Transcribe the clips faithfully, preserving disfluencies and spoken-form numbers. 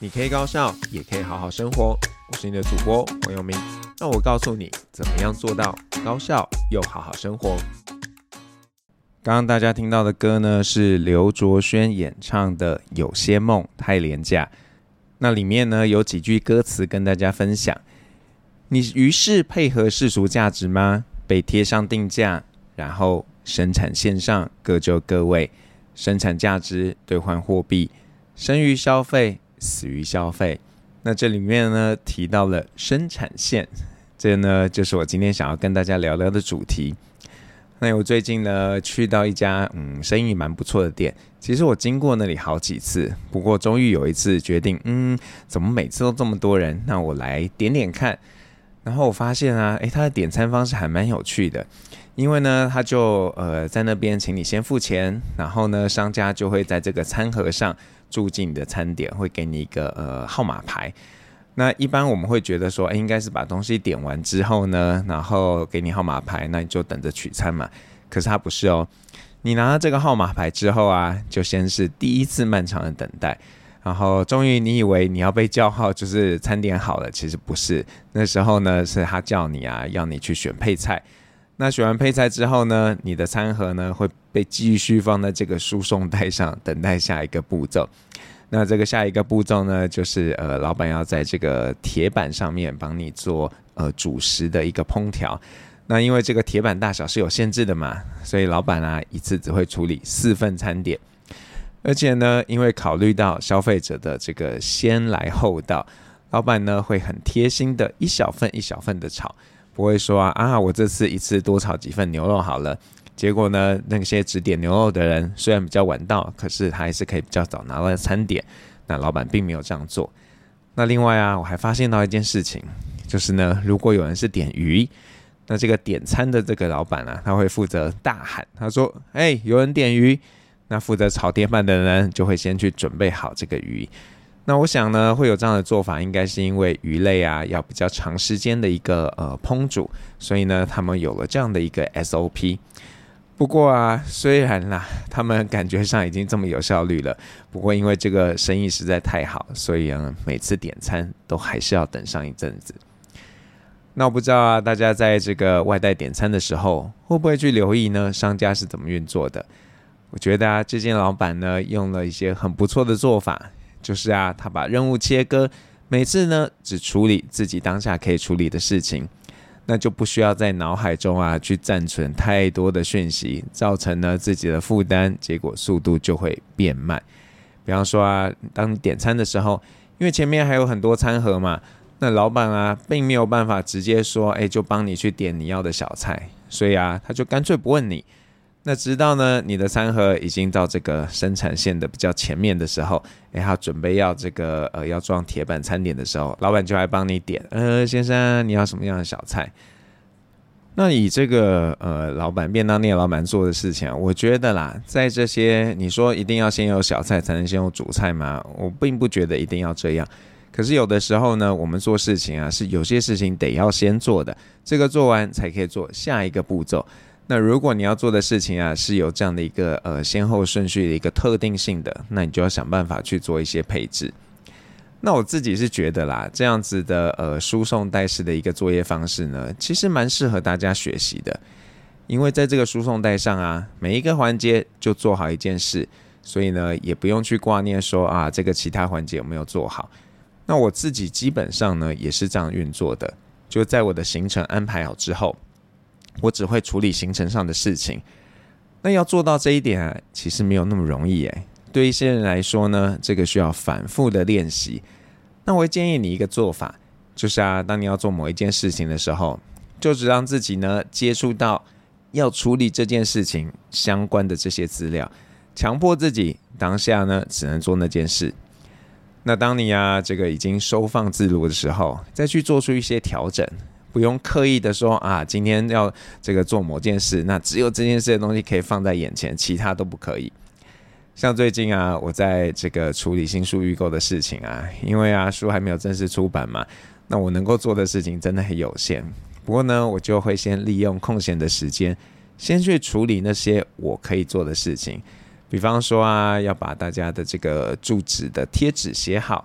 你可以高效，也可以好好生活。我是你的主播黄永明，让我告诉你怎么样做到高效又好好生活。刚刚大家听到的歌呢，是刘卓轩演唱的《有些梦太廉价》。那里面呢有几句歌词跟大家分享：你于是配合世俗价值吗？被贴上定价，然后生产线上各就各位，生产价值兑换货币，生于消费，死于消费。那这里面呢提到了生产线，这呢就是我今天想要跟大家聊聊的主题。那我最近呢去到一家嗯生意蛮不错的店，其实我经过那里好几次，不过终于有一次决定，嗯，怎么每次都这么多人？那我来点点看。然后我发现啊，诶，他的点餐方式还蛮有趣的，因为呢，他就呃在那边请你先付钱，然后呢，商家就会在这个餐盒上注进你的餐点，会给你一个呃号码牌。那一般我们会觉得说，哎，应该是把东西点完之后呢，然后给你号码牌，那你就等着取餐嘛。可是它不是哦，你拿到这个号码牌之后啊，就先是第一次漫长的等待，然后终于你以为你要被叫号，就是餐点好了，其实不是。那时候呢，是他叫你啊，要你去选配菜。那选完配菜之后呢，你的餐盒呢会被继续放在这个输送带上，等待下一个步骤。那这个下一个步骤呢，就是呃，老板要在这个铁板上面帮你做呃主食的一个烹调。那因为这个铁板大小是有限制的嘛，所以老板啊一次只会处理四份餐点。而且呢，因为考虑到消费者的这个先来后到，老板呢会很贴心的一小份一小份的炒，不会说啊啊我这次一次多炒几份牛肉好了。结果呢，那些只点牛肉的人虽然比较晚到，可是他还是可以比较早拿到餐点。那老板并没有这样做。那另外啊，我还发现到一件事情，就是呢，如果有人是点鱼，那这个点餐的这个老板啊，他会负责大喊，他说：“哎，有人点鱼。”那负责炒铁板的人就会先去准备好这个鱼。那我想呢，会有这样的做法，应该是因为鱼类啊要比较长时间的一个呃烹煮，所以呢，他们有了这样的一个 S O P。不过啊，虽然啦，他们感觉上已经这么有效率了，不过因为这个生意实在太好，所以呢，每次点餐都还是要等上一阵子。那我不知道啊，大家在这个外带点餐的时候，会不会去留意呢？商家是怎么运作的？我觉得啊，这间老板呢，用了一些很不错的做法，就是啊，他把任务切割，每次呢，只处理自己当下可以处理的事情。那就不需要在脑海中啊去暂存太多的讯息，造成呢自己的负担，结果速度就会变慢。比方说啊，当你点餐的时候，因为前面还有很多餐盒嘛，那老板啊并没有办法直接说，哎，就帮你去点你要的小菜，所以啊他就干脆不问你。那直到呢你的餐盒已经到这个生产线的比较前面的时候，哎，他准备要这个呃要装铁板餐点的时候，老板就来帮你点，呃先生你要什么样的小菜？那以这个呃老板便当店老板做的事情啊，我觉得啦，在这些你说一定要先有小菜才能先有主菜吗？我并不觉得一定要这样。可是有的时候呢，我们做事情啊，是有些事情得要先做的，这个做完才可以做下一个步骤。那如果你要做的事情啊，是有这样的一个呃先后顺序的一个特定性的，那你就要想办法去做一些配置。那我自己是觉得啦，这样子的呃输送带式的一个作业方式呢，其实蛮适合大家学习的。因为在这个输送带上啊，每一个环节就做好一件事，所以呢也不用去挂念说啊这个其他环节有没有做好。那我自己基本上呢也是这样运作的，就在我的行程安排好之后，我只会处理行程上的事情。那要做到这一点啊，其实没有那么容易耶。对一些人来说呢，这个需要反复的练习。那我会建议你一个做法，就是啊，当你要做某一件事情的时候，就只让自己呢接触到要处理这件事情相关的这些资料，强迫自己当下呢只能做那件事。那当你啊这个已经收放自如的时候，再去做出一些调整。不用刻意的说啊，今天要这个做某件事，那只有这件事的东西可以放在眼前，其他都不可以。像最近啊，我在这个处理新书预购的事情啊，因为啊书还没有正式出版嘛，那我能够做的事情真的很有限。不过呢，我就会先利用空闲的时间，先去处理那些我可以做的事情。比方说啊，要把大家的这个住址的贴纸写好，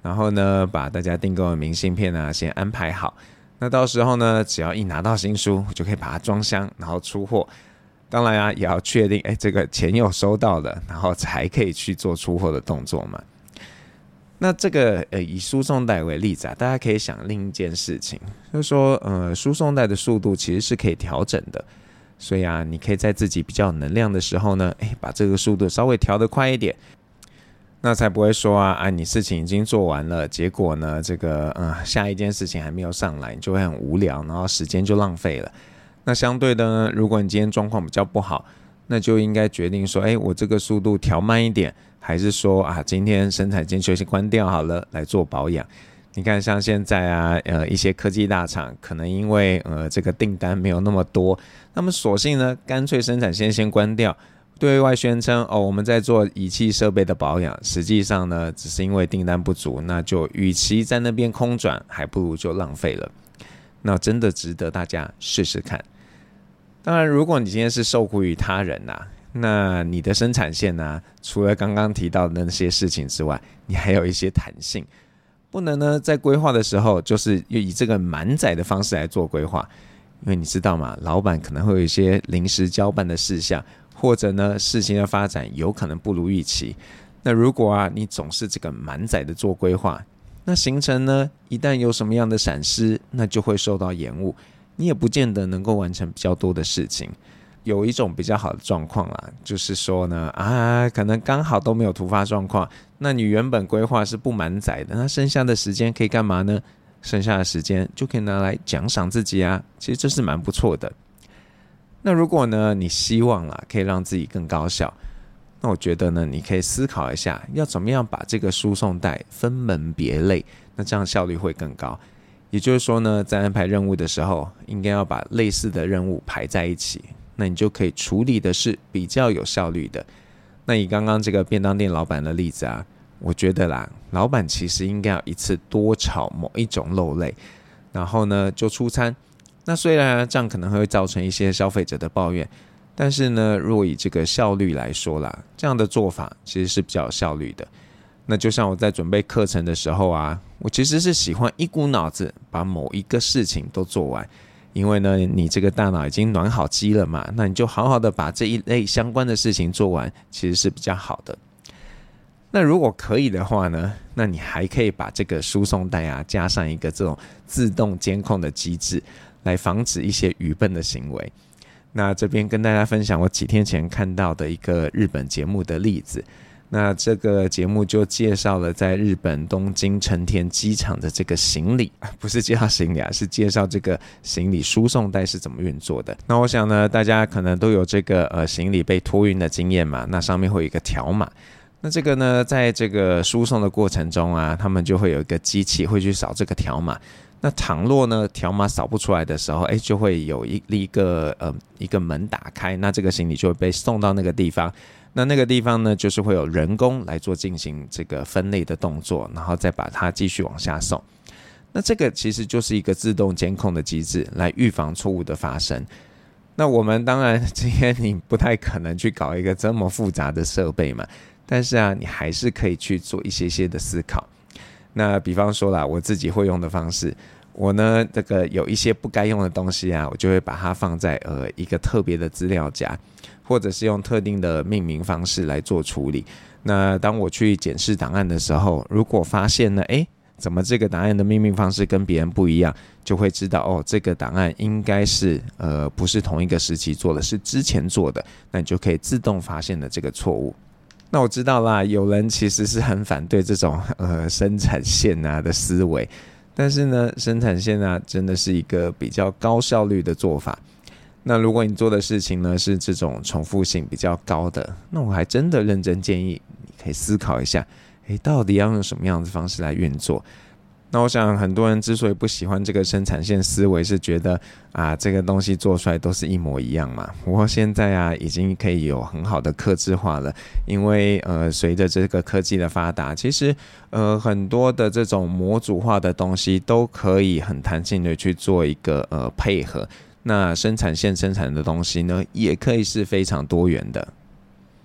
然后呢把大家订购的明信片啊先安排好。那到时候呢，只要一拿到新书，就可以把它装箱，然后出货。当然啊，也要确定，哎，这个钱有收到了，然后才可以去做出货的动作嘛。那这个呃，以输送带为例子啊，大家可以想另一件事情，就是说，呃，输送带的速度其实是可以调整的。所以啊，你可以在自己比较有能量的时候呢，哎，把这个速度稍微调得快一点。那才不会说啊，啊，你事情已经做完了，结果呢，这个呃下一件事情还没有上来，你就会很无聊，然后时间就浪费了。那相对的呢，如果你今天状况比较不好，那就应该决定说，哎，我这个速度调慢一点，还是说啊，今天生产线就先关掉好了，来做保养。你看，像现在啊，呃，一些科技大厂可能因为呃这个订单没有那么多，那么索性呢，干脆生产线先关掉。对外宣称哦，我们在做仪器设备的保养，实际上呢，只是因为订单不足，那就与其在那边空转，还不如就浪费了。那真的值得大家试试看。当然，如果你今天是受雇于他人啊，那你的生产线啊，除了刚刚提到的那些事情之外，你还有一些弹性，不能呢在规划的时候就是以这个满载的方式来做规划，因为你知道嘛，老板可能会有一些临时交办的事项。或者呢，事情的发展有可能不如预期。那如果啊，你总是这个满载的做规划，那行程呢，一旦有什么样的闪失，那就会受到延误，你也不见得能够完成比较多的事情。有一种比较好的状况啦，就是说呢，啊，可能刚好都没有突发状况，那你原本规划是不满载的，那剩下的时间可以干嘛呢？剩下的时间就可以拿来奖赏自己啊，其实这是蛮不错的。那如果呢，你希望啦可以让自己更高效，那我觉得呢，你可以思考一下，要怎么样把这个输送带分门别类，那这样效率会更高。也就是说呢，在安排任务的时候，应该要把类似的任务排在一起，那你就可以处理的是比较有效率的。那以刚刚这个便当店老板的例子啊，我觉得啦，老板其实应该要一次多炒某一种肉类，然后呢就出餐。那虽然这样可能会造成一些消费者的抱怨，但是呢，若以这个效率来说啦，这样的做法其实是比较有效率的。那就像我在准备课程的时候啊，我其实是喜欢一股脑子把某一个事情都做完，因为呢，你这个大脑已经暖好机了嘛，那你就好好的把这一类相关的事情做完，其实是比较好的。那如果可以的话呢，那你还可以把这个输送带啊加上一个这种自动监控的机制，来防止一些愚笨的行为。那这边跟大家分享我几天前看到的一个日本节目的例子。那这个节目就介绍了在日本东京成田机场的这个行李，不是介绍行李啊，是介绍这个行李输送带是怎么运作的。那我想呢，大家可能都有这个呃行李被托运的经验嘛，那上面会有一个条码。那这个呢，在这个输送的过程中啊，他们就会有一个机器会去扫这个条码。那倘若呢条码扫不出来的时候，哎，就会有一一个呃一个门打开，那这个行李就会被送到那个地方。那那个地方呢，就是会有人工来做进行这个分类的动作，然后再把它继续往下送。那这个其实就是一个自动监控的机制，来预防错误的发生。那我们当然今天你不太可能去搞一个这么复杂的设备嘛，但是啊，你还是可以去做一些些的思考。那比方说啦，我自己会用的方式，我呢这个有一些不该用的东西啊，我就会把它放在呃一个特别的资料夹，或者是用特定的命名方式来做处理。那当我去检视档案的时候，如果发现呢，诶，怎么这个档案的命名方式跟别人不一样，就会知道哦，这个档案应该是呃不是同一个时期做的，是之前做的，那你就可以自动发现的这个错误。那我知道啦，有人其实是很反对这种呃生产线啊的思维，但是呢，生产线啊真的是一个比较高效率的做法。那如果你做的事情呢是这种重复性比较高的，那我还真的认真建议你可以思考一下，诶，到底要用什么样的方式来运作。那我想很多人之所以不喜欢这个生产线思维，是觉得啊这个东西做出来都是一模一样嘛。不过现在啊已经可以有很好的客制化了，因为呃随着这个科技的发达，其实呃很多的这种模组化的东西都可以很弹性的去做一个呃配合。那生产线生产的东西呢，也可以是非常多元的。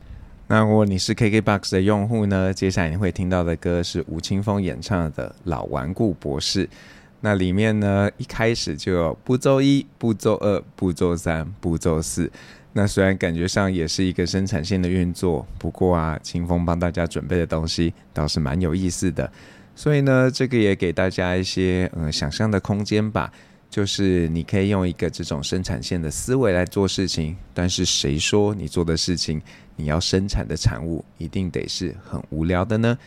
那如果你是 K K B O X 的用户呢，接下来你会听到的歌是吴青峰演唱的《老顽固博士》。那里面呢，一开始就有步骤一、步骤二、步骤三、步骤四。那虽然感觉上也是一个生产线的运作，不过啊，青峰帮大家准备的东西倒是蛮有意思的。所以呢，这个也给大家一些呃想象的空间吧。就是你可以用一个这种生产线的思维来做事情，但是谁说你做的事情，你要生产的产物一定得是很无聊的呢？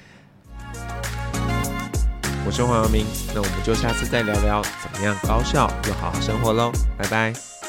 我是黄阳明，那我们就下次再聊聊怎么样高效又好好生活咯，拜拜。